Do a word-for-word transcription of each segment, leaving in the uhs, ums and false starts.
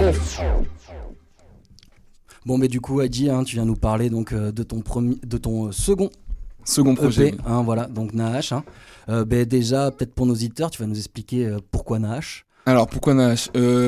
Bon, mais du coup, Adji, hein, tu viens nous parler donc euh, de ton premier, de ton euh, second second projet. E P, hein, voilà, donc Nahash. Hein. Euh, ben déjà, peut-être pour nos auditeurs, tu vas nous expliquer euh, pourquoi Nahash. Alors pourquoi Nahash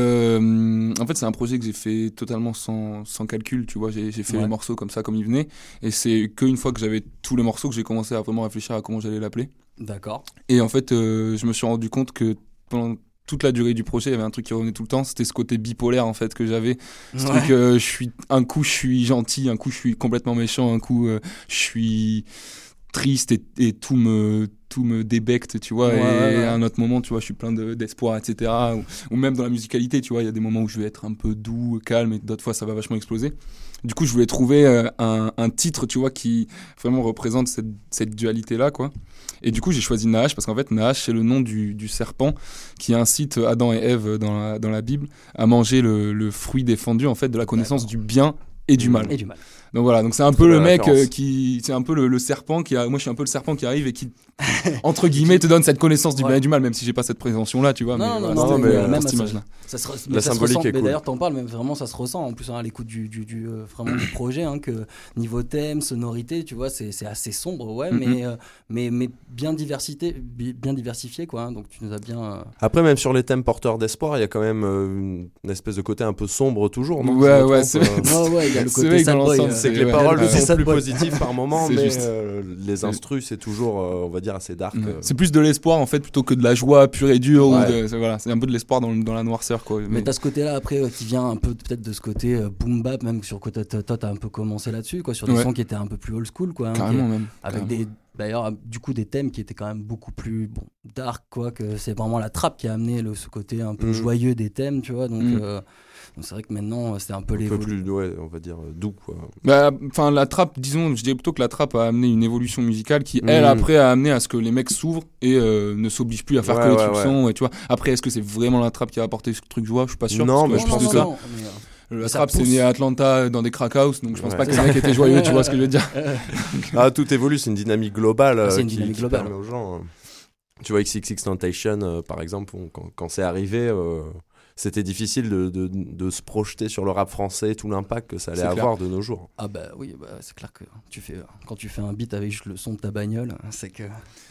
euh, En fait, c'est un projet que j'ai fait totalement sans, sans calcul. Tu vois, j'ai, j'ai fait Ouais. les morceaux comme ça, comme ils venaient, et c'est qu'une fois que j'avais tous les morceaux que j'ai commencé à vraiment réfléchir à comment j'allais l'appeler. D'accord. Et en fait, euh, je me suis rendu compte que pendant toute la durée du projet, il y avait un truc qui revenait tout le temps, c'était ce côté bipolaire en fait que j'avais. Ce Ouais. truc, euh, je suis un coup je suis gentil, un coup je suis complètement méchant, un coup euh, je suis triste et, et tout me tout me débecte, tu vois. Ouais, et ouais, ouais. à un autre moment, tu vois, je suis plein de, d'espoir, et cetera. Ou, ou même dans la musicalité, tu vois, il y a des moments où je vais être un peu doux, calme, et d'autres fois ça va vachement exploser. Du coup, je voulais trouver euh, un, un titre, tu vois, qui vraiment représente cette, cette dualité-là, quoi. Et du coup, j'ai choisi Nahash parce qu'en fait, Nahash, c'est le nom du, du serpent qui incite Adam et Ève dans la, dans la Bible à manger le, le fruit défendu, en fait, de la connaissance D'accord. du bien et du mal. Et du mal. Donc voilà, donc c'est un Très peu le belle mec référence. euh, qui, c'est un peu le, le serpent qui a, moi je suis un peu le serpent qui arrive et qui, entre guillemets, te donne cette connaissance du Ouais. bien et du mal, même si j'ai pas cette prétention-là, tu vois. Non, mais non, voilà, non, c'était mais, pour euh, même cette ça- image-là. Ça se, re- La mais ça se symbolique ressent, est mais cool. d'ailleurs, t'en parles, mais vraiment, ça se ressent en plus hein, à l'écoute du, du, du euh, vraiment du projet, hein, que niveau thème, sonorité, tu vois, c'est, c'est assez sombre, ouais, Mhm. mais, euh, mais, mais bien, diversité, bi- bien diversifié, quoi. Hein, donc tu nous as bien. euh, Après, même sur les thèmes porteurs d'espoir, il y a quand même euh, une, une espèce de côté un peu sombre toujours, non Ouais, Je me ouais, trompe, c'est- euh, Ouais, ouais, il y a le C'est côté vrai que sad dans boy. l'ensemble, euh, C'est que Et les ouais, paroles ouais, sont ouais. plus Ouais. positives par moment, C'est mais juste. euh, les instrus, c'est toujours, euh, on va dire, assez dark. Ouais. euh. C'est plus de l'espoir en fait plutôt que de la joie pure et dure. Ouais. Ou de, c'est, voilà, c'est un peu de l'espoir dans, le- dans la noirceur, quoi. Mais Mais- t'as ce côté-là après euh, qui vient un peu peut-être de ce côté euh, boom bap, même sur quoi toi toi, toi, t'as un peu commencé là-dessus, quoi, sur des Ouais. sons qui étaient un peu plus old school, quoi. Hein, qui- Carrément même. avec carrément. des d'ailleurs euh, du coup des thèmes qui étaient quand même beaucoup plus bon dark, quoi, que c'est vraiment la trappe qui a amené le, ce côté un peu Mhm. joyeux des thèmes, tu vois. Donc, Mhm. euh, donc c'est vrai que maintenant euh, c'est un peu Un peu l'évolution. plus, ouais, on va dire, euh, doux, quoi. Bah, enfin, la trappe, disons, je dirais plutôt que la trappe a amené une évolution musicale qui, elle, Mhm. après, a amené à ce que les mecs s'ouvrent et euh, ne s'obligent plus à faire Ouais, que des ouais, trucs ouais. son. Et tu vois, après, est-ce que c'est vraiment la trappe qui a apporté ce truc joie ? Je suis pas sûr. Non, parce que mais je je pense pense que que- non, mais, euh, la mais ça trappe, c'est pousse. né à Atlanta dans des crack house, donc je pense Ouais. pas que les mecs étaient joyeux. Tu vois ce que je veux dire ? Ah, tout évolue, c'est une dynamique globale. Ah, c'est euh, une qui, dynamique qui globale. permet aux gens. euh. Tu vois, X X X Tentation, euh, par exemple, on- quand, quand c'est arrivé, euh, c'était difficile de, de, de se projeter sur le rap français, tout l'impact que ça allait C'est clair. avoir de nos jours. Ah bah oui, bah, c'est clair que tu fais quand tu fais un beat avec juste le son de ta bagnole, c'est que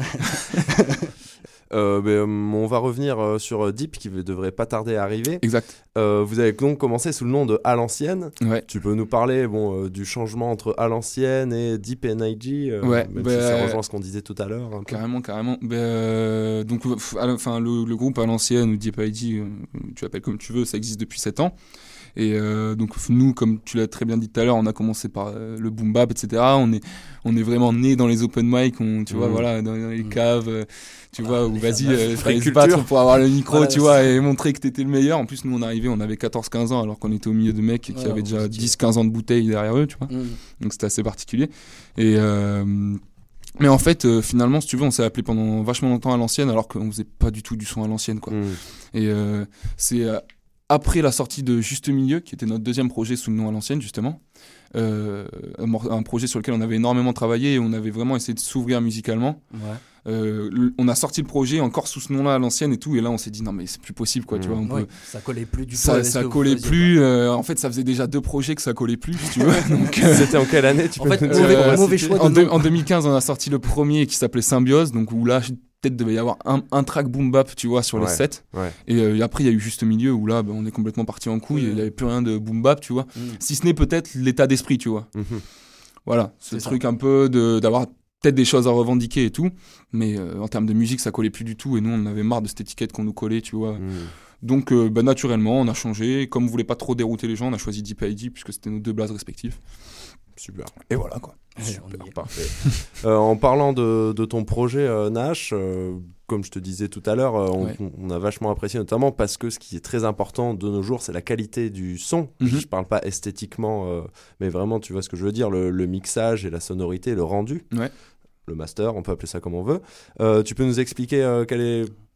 Euh, mais, euh, on va revenir euh, sur Deep, qui devrait pas tarder à arriver. Exact. Euh, vous avez donc commencé sous le nom de À l'ancienne. Ouais. Tu peux nous parler bon, euh, du changement entre À l'ancienne et Deep N I G, euh, Ouais, même bah, si ça rejoint ce qu'on disait tout à l'heure. un peu. Carrément, carrément. Ben, euh, donc, pff, à la- enfin, le, le groupe à l'ancienne ou Deep I D, euh, tu l'appelles comme tu veux, ça existe depuis sept ans. Et euh, donc nous, comme tu l'as très bien dit tout à l'heure, on a commencé par euh, le boom bap, et cetera. On est, on est vraiment né dans les open mic, on, tu vois, Mhm. voilà, dans, dans les Mhm. caves, euh, tu Ah, vois, où les vas-y, fameuses euh, fallait se culture. battre pour avoir le micro, Voilà, tu vois, c'est- et montrer que t'étais le meilleur. En plus, nous, on arrivait, on avait quatorze quinze ans, alors qu'on était au milieu de mecs qui Ouais, avaient vous déjà étiez- dix quinze ans de bouteilles derrière eux, tu vois. Mm. Donc c'était assez particulier. Et euh, mais en fait, euh, finalement, si tu veux, on s'est appelé pendant vachement longtemps à l'ancienne, alors qu'on faisait pas du tout du son à l'ancienne, quoi. Mm. Et euh, c'est euh, après la sortie de Juste Milieu, qui était notre deuxième projet sous le nom à l'ancienne, justement, euh, un, mor- un projet sur lequel on avait énormément travaillé et on avait vraiment essayé de s'ouvrir musicalement. Ouais. Euh, le- on a sorti le projet encore sous ce nom-là à l'ancienne et tout, et là on s'est dit non mais c'est plus possible, quoi, tu Mmh. vois, on Ouais, peut- ça collait plus du tout. ça, avec ce ça que vous collait faisiez, plus. euh, en fait, ça faisait déjà deux projets que ça collait plus, si tu veux. Donc, euh, C'était en quelle année tu En peux fait, nous dire mauvais- pour la mauvais situer choix en, de deux- nom. en deux mille quinze, on a sorti le premier qui s'appelait Symbiose, donc où là, peut-être devait y avoir un, un track boom bap, tu vois, sur les Ouais. sept. Ouais. Et euh, après, il y a eu Juste Milieu où là, bah, on est complètement parti en couille. Ouais. et Il y avait plus rien de boom bap, tu vois. Mm. Si ce n'est peut-être l'état d'esprit, tu vois. Mhm. Voilà, ce C'est ça. truc un peu de d'avoir peut-être des choses à revendiquer et tout, mais euh, en termes de musique, ça collait plus du tout. Et nous, on en avait marre de cette étiquette qu'on nous collait, tu vois. Mm. Donc, euh, bah, naturellement, on a changé. Comme on voulait pas trop dérouter les gens, on a choisi Deep I D puisque c'était nos deux blazes respectifs. Super. Et voilà, quoi. Ouais, on y Super, est. parfait. Euh, en parlant de, de ton projet euh, Nash, euh, comme je te disais tout à l'heure, euh, on, Ouais. on a vachement apprécié, notamment parce que ce qui est très important de nos jours, c'est la qualité du son. Mhm. Je parle pas esthétiquement, euh, mais vraiment, tu vois ce que je veux dire, le, le mixage et la sonorité, le rendu. Ouais. Le master, on peut appeler ça comme on veut. Euh, tu peux nous expliquer euh, quel est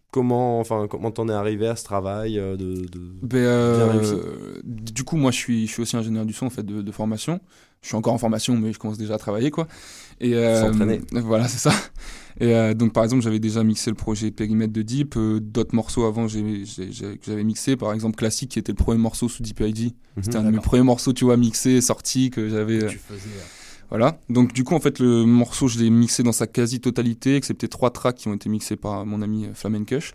comment, enfin, comment t'en es arrivé à ce travail euh, de, de... Ben, euh, du coup, moi, je suis, je suis aussi ingénieur du son en fait, de, de formation. Je suis encore en formation, mais je commence déjà à travailler, quoi. Et euh, s'entraîner. Voilà, c'est ça. Et euh, donc, par exemple, j'avais déjà mixé le projet Périmètre de Deep. Euh, d'autres morceaux avant, j'ai, j'ai, j'ai, que j'avais mixé. Par exemple, Classique, qui était le premier morceau sous Deep I D. Mhm. C'était un de mes premiers morceaux, tu vois, mixés, sortis, que j'avais. Que tu faisais. Euh... Voilà. Donc, du coup, en fait, le morceau, je l'ai mixé dans sa quasi-totalité, excepté trois tracks qui ont été mixés par mon ami Flamencush.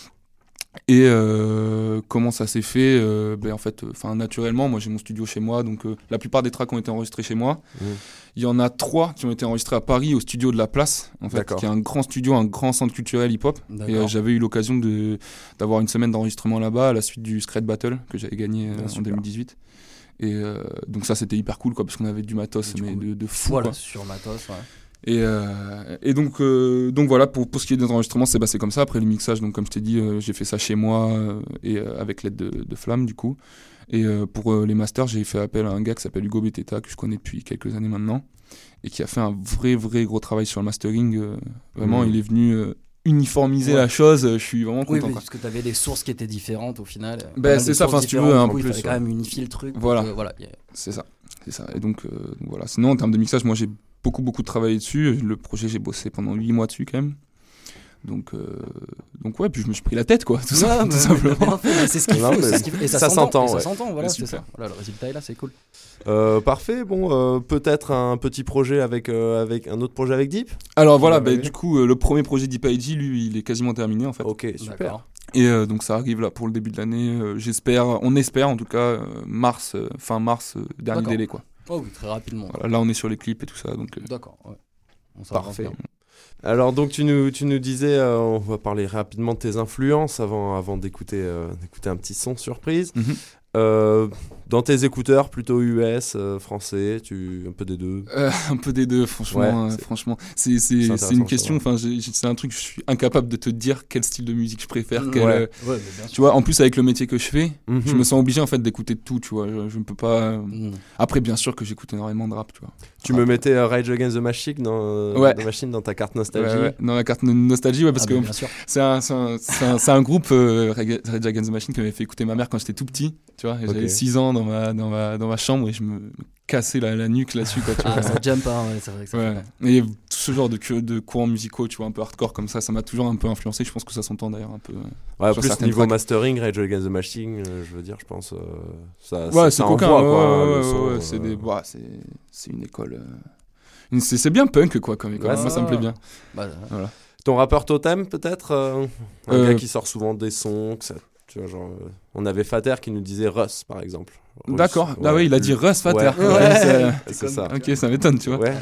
Et euh, comment ça s'est fait euh, ben en fait, enfin naturellement, moi j'ai mon studio chez moi, donc euh, la plupart des tracks ont été enregistrés chez moi. Mmh. Il y en a trois qui ont été enregistrés à Paris au studio de la Place, en fait, qui est un grand studio, un grand centre culturel hip-hop. Et euh, j'avais eu l'occasion de d'avoir une semaine d'enregistrement là-bas à la suite du Scred Battle que j'avais gagné euh, en deux mille dix-huit. Et euh, donc ça c'était hyper cool, quoi, parce qu'on avait du matos, mais de, de fou. Voilà, quoi. sur matos, ouais. Et, euh, et donc, euh, donc voilà, pour, pour ce qui est des enregistrements, c'est passé comme ça. Après le mixage, donc comme je t'ai dit, euh, j'ai fait ça chez moi euh, et euh, avec l'aide de, de Flamme du coup. Et euh, pour euh, les masters, j'ai fait appel à un gars qui s'appelle Hugo Beteta, que je connais depuis quelques années maintenant, et qui a fait un vrai, vrai gros travail sur le mastering. Euh, vraiment, mmh. il est venu euh, uniformiser ouais. la chose. Je suis vraiment content. Oui, quoi. Parce que tu avais des sources qui étaient différentes au final. Ben, c'est ça, enfin si tu veux, un peu plus. Il fallait quand même unifier le truc. Voilà, euh, voilà yeah. c'est ça. C'est ça. Et donc, euh, donc voilà. Sinon, en termes de mixage, moi j'ai beaucoup beaucoup travaillé dessus. Le projet, j'ai bossé pendant huit mois dessus quand même. Donc, euh, donc ouais, puis je me suis pris la tête, quoi, tout, ça, tout simplement. C'est ce qu'il faut, c'est ce qu'il faut. Et ça, ça s'entend, ouais. ça s'entend, voilà, c'est ça. Voilà, le résultat est là, c'est cool. Euh, parfait, bon, euh, peut-être un petit projet avec, euh, avec un autre projet avec Deep. Alors voilà, bah, du coup, euh, le premier projet Deep I D, lui, il est quasiment terminé en fait. Ok, super. D'accord. Et euh, donc ça arrive là pour le début de l'année, euh, j'espère, on espère en tout cas, euh, mars, euh, fin mars, euh, dernier D'accord. délai, quoi. Oh oui, très rapidement. Voilà, là on est sur les clips et tout ça, donc. Euh... D'accord, ouais. On Parfait. Alors donc tu nous, tu nous disais, euh, on va parler rapidement de tes influences avant, avant d'écouter, euh, d'écouter un petit son surprise. Mm-hmm. Euh, dans tes écouteurs, plutôt U S, euh, français, tu un peu des deux. Euh, un peu des deux, franchement. Ouais, c'est... Euh, franchement, c'est c'est, c'est une question. Enfin, c'est un truc. Je suis incapable de te dire quel style de musique je préfère. Mmh, quel, ouais. Euh, ouais, tu vois, en plus avec le métier que je fais, mmh. je me sens obligé en fait d'écouter tout. Tu vois, je, je ne peux pas. Mmh. Après, bien sûr que j'écoute énormément de rap. Tu vois. Tu rap, me mettais euh, Rage Against the Machine dans, ouais. the Machine dans ta carte nostalgie. Ouais, ouais. Dans la carte nostalgie, ouais, parce ah, que bah, c'est un, c'est un, c'est un, c'est un groupe euh, Rage Against the Machine qui m'avait fait écouter ma mère quand j'étais tout petit. Tu vois, okay. J'avais six ans dans ma dans ma dans ma chambre et je me cassais la, la nuque là-dessus, quoi. Tu ah, vois. Ça jump, hein, ouais, c'est vrai que ça ouais. fait... Et tout ce genre de de courants musicaux, tu vois, un peu hardcore comme ça, ça m'a toujours un peu influencé. Je pense que ça s'entend d'ailleurs un peu. Ouais, plus niveau tracks. Mastering, Rage Against the Machine, euh, je veux dire, je pense. Euh, ça, ouais, ça, c'est ça coquin. Envoie, ouais, quoi, ouais, le ouais, son, ouais, euh... c'est des, bah, c'est c'est une école. Euh... Une... C'est c'est bien punk, quoi, comme école. Ouais, moi, ça me plaît bien. Bah, voilà. Ton rappeur totem, peut-être, euh, un euh... gars qui sort souvent des sons, que ça. Tu vois, genre, euh, on avait Fater qui nous disait Russ, par exemple. Russ, D'accord. ouais, ah oui, il a dit Russ Fater. Ouais, ouais, ouais, c'est, c'est, c'est ça. Ok, ça m'étonne, tu vois. Ouais.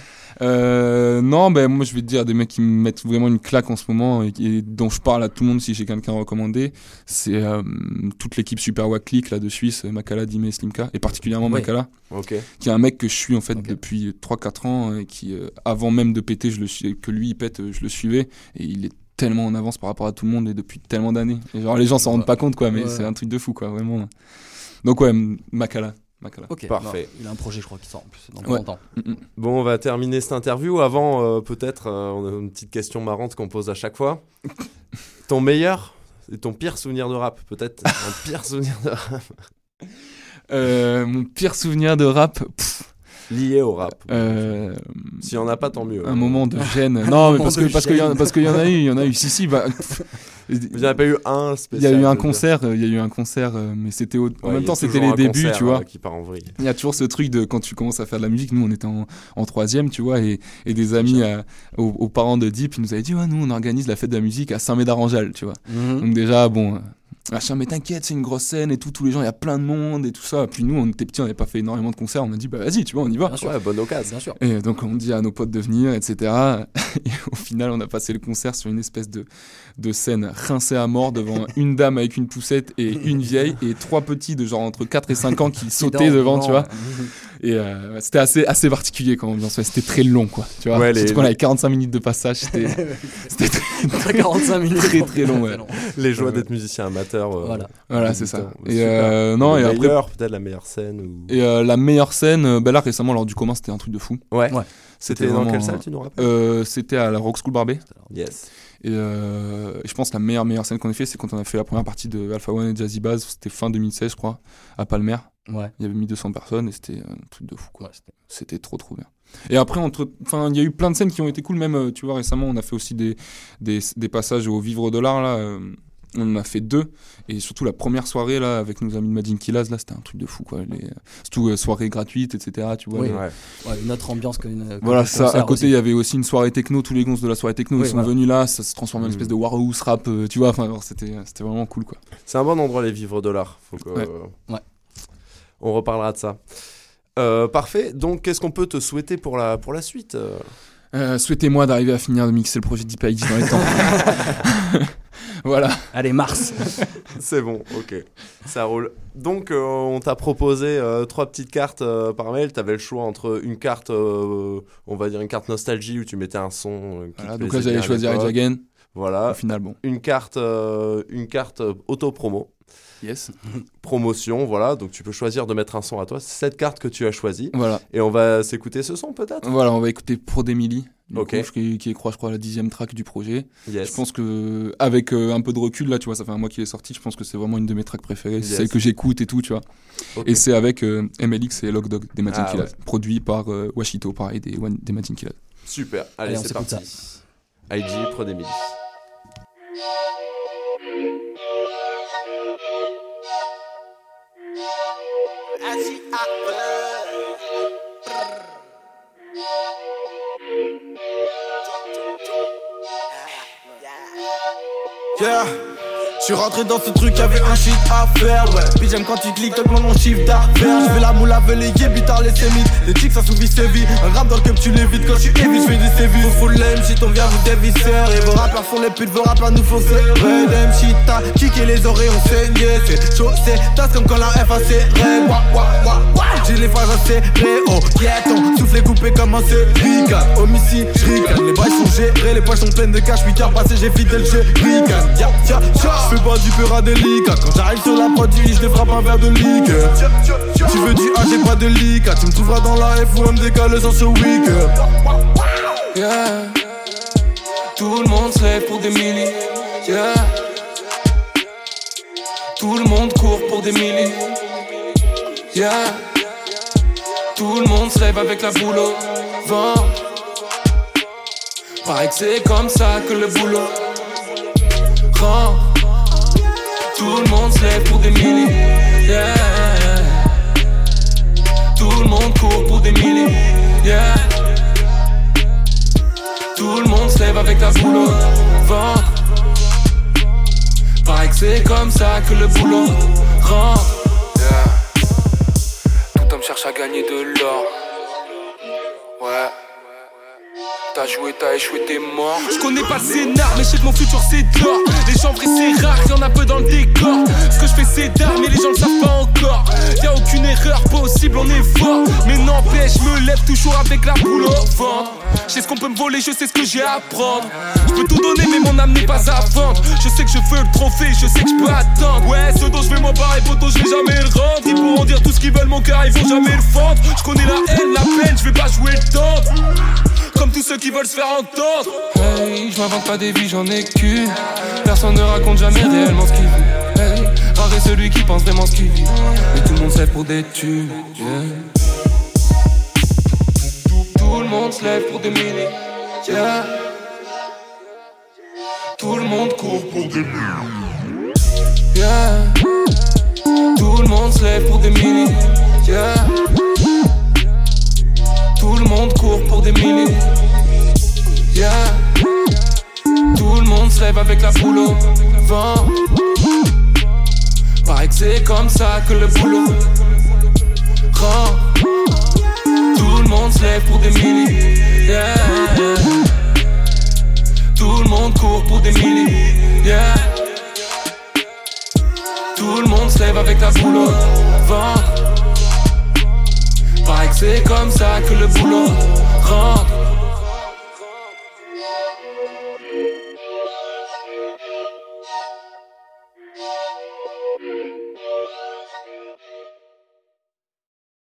Euh, non, ben moi je vais te dire des mecs qui me mettent vraiment une claque en ce moment et, et dont je parle à tout le monde si j'ai quelqu'un à recommander. C'est euh, toute l'équipe Super Wack Click là de Suisse, Makala, Dime et Slimka, et particulièrement ouais. Makala, okay. qui est un mec que je suis en fait okay. depuis trois quatre ans et qui euh, avant même de péter, je le suis, que lui il pète, je le suivais et il est tellement en avance par rapport à tout le monde et depuis tellement d'années. Et genre les gens s'en ouais. rendent pas compte quoi, mais ouais. c'est un truc de fou quoi, vraiment. Donc ouais, Makala. Makala. Ok, parfait. Non, il a un projet, je crois, qui sort en plus dans ouais. longtemps. Mm-hmm. Bon, on va terminer cette interview. Avant, euh, peut-être, euh, on a une petite question marrante qu'on pose à chaque fois. Ton meilleur et ton pire souvenir de rap, peut-être un pire souvenir de rap. Euh, mon pire souvenir de rap. Pff. Lié au rap. Euh, S'il y en a pas, tant mieux. Un hein. moment de gêne. Non, mais parce que parce qu'il y en parce qu'il y en a eu, il y en a eu. Si si. Bah, il n'y en a pas eu un spécial. Il y a eu un concert, il y a eu un concert, mais c'était au... en ouais, même temps c'était les débuts, concert, tu vois. Euh, qui part en vrille. Il y a toujours ce truc de quand tu commences à faire de la musique. Nous, on était en, en troisième, tu vois, et, et des amis à, aux, aux parents de Deep, ils nous avaient dit, ouais, nous, on organise la fête de la musique à Saint-Médard-en-Jalles, tu vois. Mm-hmm. Donc déjà, bon. Machin, mais t'inquiète, c'est une grosse scène et tout, tous les gens, il y a plein de monde et tout ça. Puis nous, on était petits, on n'avait pas fait énormément de concerts, on a dit, bah vas-y, tu vois, on y va. Bien sûr, ouais, bonne occasion. Bien sûr. Et donc, on dit à nos potes de venir, et cetera. Et au final, on a passé le concert sur une espèce de, de scène rincée à mort devant une dame avec une poussette et une vieille et trois petits de genre entre quatre et cinq ans qui sautaient devant, tu vois. Et euh, c'était assez, assez particulier comme ambiance, c'était très long, quoi. Tu vois, ouais, surtout les... qu'on avait quarante-cinq minutes de passage, c'était, c'était très, très, quarante-cinq minutes très, très long, ouais. Les joies ouais. d'être musicien amateur. Euh, voilà. Voilà, c'est ça. Et euh, non, le et meilleur, après, peut-être la meilleure scène. Ou... Et euh, la meilleure scène, euh, bah là récemment, lors du commun, c'était un truc de fou. Ouais. ouais. C'était, c'était vraiment, dans quelle salle, tu nous rappelles euh, C'était à la Rock School Barbet. Yes. Et, euh, et je pense que la meilleure, meilleure scène qu'on ait fait, c'est quand on a fait la première partie de Alpha One et Jazzy Bass, c'était fin deux mille seize, je crois, à Palmer. Ouais. Il y avait mille deux cents personnes et c'était un truc de fou, quoi. Ouais, c'était... c'était trop, trop bien. Et après, entre, enfin, il y a eu plein de scènes qui ont été cool, même, tu vois, récemment, on a fait aussi des, des, des passages au Vivre de l'Art, là. Euh, on en a fait deux, et surtout la première soirée là avec nos amis de Majin Killaz, là c'était un truc de fou quoi. Les, surtout euh, soirée gratuite, et cetera. Tu vois. Oui, les... ouais. Ouais, une autre ambiance que une. Voilà ça. À côté il y avait aussi une soirée techno, tous les gonzes de la soirée techno oui, ils sont voilà. venus là, ça se transformait en une espèce de Warhouse rap, euh, tu vois. Enfin c'était c'était vraiment cool quoi. C'est un bon endroit les Vivres de l'Art. Faut que. Ouais. Euh... ouais. On reparlera de ça. Euh, parfait. Donc qu'est-ce qu'on peut te souhaiter pour la pour la suite euh... Euh, Souhaitez-moi d'arriver à finir de mixer le projet Deep I D dans les temps. Voilà. Allez, Mars. C'est bon, ok. Ça roule. Donc, euh, on t'a proposé euh, trois petites cartes euh, par mail. T'avais le choix entre une carte, euh, on va dire une carte nostalgie où tu mettais un son. Euh, qui voilà, donc là, j'allais choisir Edge Again. Voilà. Au final, bon. Une carte, euh, une carte euh, auto-promo. Yes. Promotion, voilà. Donc, tu peux choisir de mettre un son à toi. C'est cette carte que tu as choisie. Voilà. Et on va s'écouter ce son, peut-être. Voilà, on va écouter Pro d'Emily. Ok. Coup, qui, qui est, je crois, la dixième track du projet. Yes. Je pense que, avec euh, un peu de recul, là, tu vois, ça fait un mois qu'il est sorti. Je pense que c'est vraiment une de mes tracks préférées. C'est yes. celle que j'écoute et tout, tu vois. Okay. Et c'est avec euh, M L X et Lock Dog des Majin ah, Killaz. Ouais. Produit par euh, Washito, pareil, des, des Majin Killaz. Super. Allez, Allez c'est parti. I G, Pro d'Emily. Yeah. Je suis rentré dans ce truc, y'avait un shit à faire, ouais. Puis j'aime quand tu cliques, t'augmentes mon chiffre d'affaires. Je fais la moule avec les yébitars, les sémites. Les chicks, ça souvit ses vies. Un rap dans le cup, tu l'évites. Quand je suis évite, je fais des sévices. Vous full lame shit, on vient vous dévisser. Et vos rappeurs font les putes, vos rappeurs nous font serrer. Dem shit, t'as kické les oreilles, on saignait. C'est chaud, c'est tasse comme quand la F a serré. Wah, wah, wah, wah. J'ai les phrases assez oh, guetton. Soufflé coupé comme un C-Ricane. Homicide, j'ricane. Les bails sont gérés, les poches sont pleines de cash. huit heures passées, j'ai fidèle, j'ai ricane. Ya, ya, ya. Fais pas du peur à délicat. Quand j'arrive sur la produit, je te frappe un verre de liqueur. Tu veux du A, j'ai pas de liquat. Tu me trouveras dans la F ou un décalé sans ce week-end. Yeah. Tout le monde se lève pour des millis. Yeah. Tout le monde court pour des millis. Yeah. Tout le monde se lève avec la boule au vent. Paraît que c'est comme ça que le boulot rend. Tout le monde se lève pour des millis. Yeah. Tout le monde court pour des millis. Yeah. Tout le monde se lève avec la boule au vent. Paraît que c'est comme ça que le boulot rend. Yeah. Tout homme cherche à gagner de l'or. Ouais. T'as joué, t'as échoué, t'es mort. Je connais pas le scénar, mais je sais que mon futur c'est de l'or. Les gens vrais c'est rare, y'en a peu dans le décor. Ce que je fais c'est d'art, mais les gens le savent pas encore. Y'a aucune erreur possible, on est fort. Mais n'empêche, je me lève toujours avec la boule au ventre. Je sais ce qu'on peut me voler, je sais ce que j'ai à prendre. Je peux tout donner, mais mon âme n'est pas à vendre. Je sais que je veux le trophée, je sais que je peux attendre. Ouais, ce dont je vais m'emparer, poto, je vais jamais le rendre. Ils pourront dire tout ce qu'ils veulent, mon cœur, ils vont jamais le fendre. Je connais la haine, la peine, je vais pas jouer le temps. Comme tous ceux qui veulent se faire entendre. Hey, je m'invente pas des vies, j'en ai qu'une. Personne ne raconte jamais réellement ce qu'il vit. Hey, rare est celui qui pense vraiment ce qu'il vit. Et tout le monde se lève pour des thunes. Yeah. Tout le monde se lève pour des milliers. Yeah. Tout le monde court pour des milliers. Yeah. Tout le monde se lève pour des milliers. Yeah. Tout le monde court pour des milliers. Yeah. Tout le monde se lève avec la boule au vent. Paraît que c'est comme ça que le boulot rend. Tout le monde se lève pour des milliers. Yeah. Tout le monde court pour des milliers. Yeah. Tout le monde se lève avec la boule au vent. Paraît que c'est comme ça que le boulot rentre.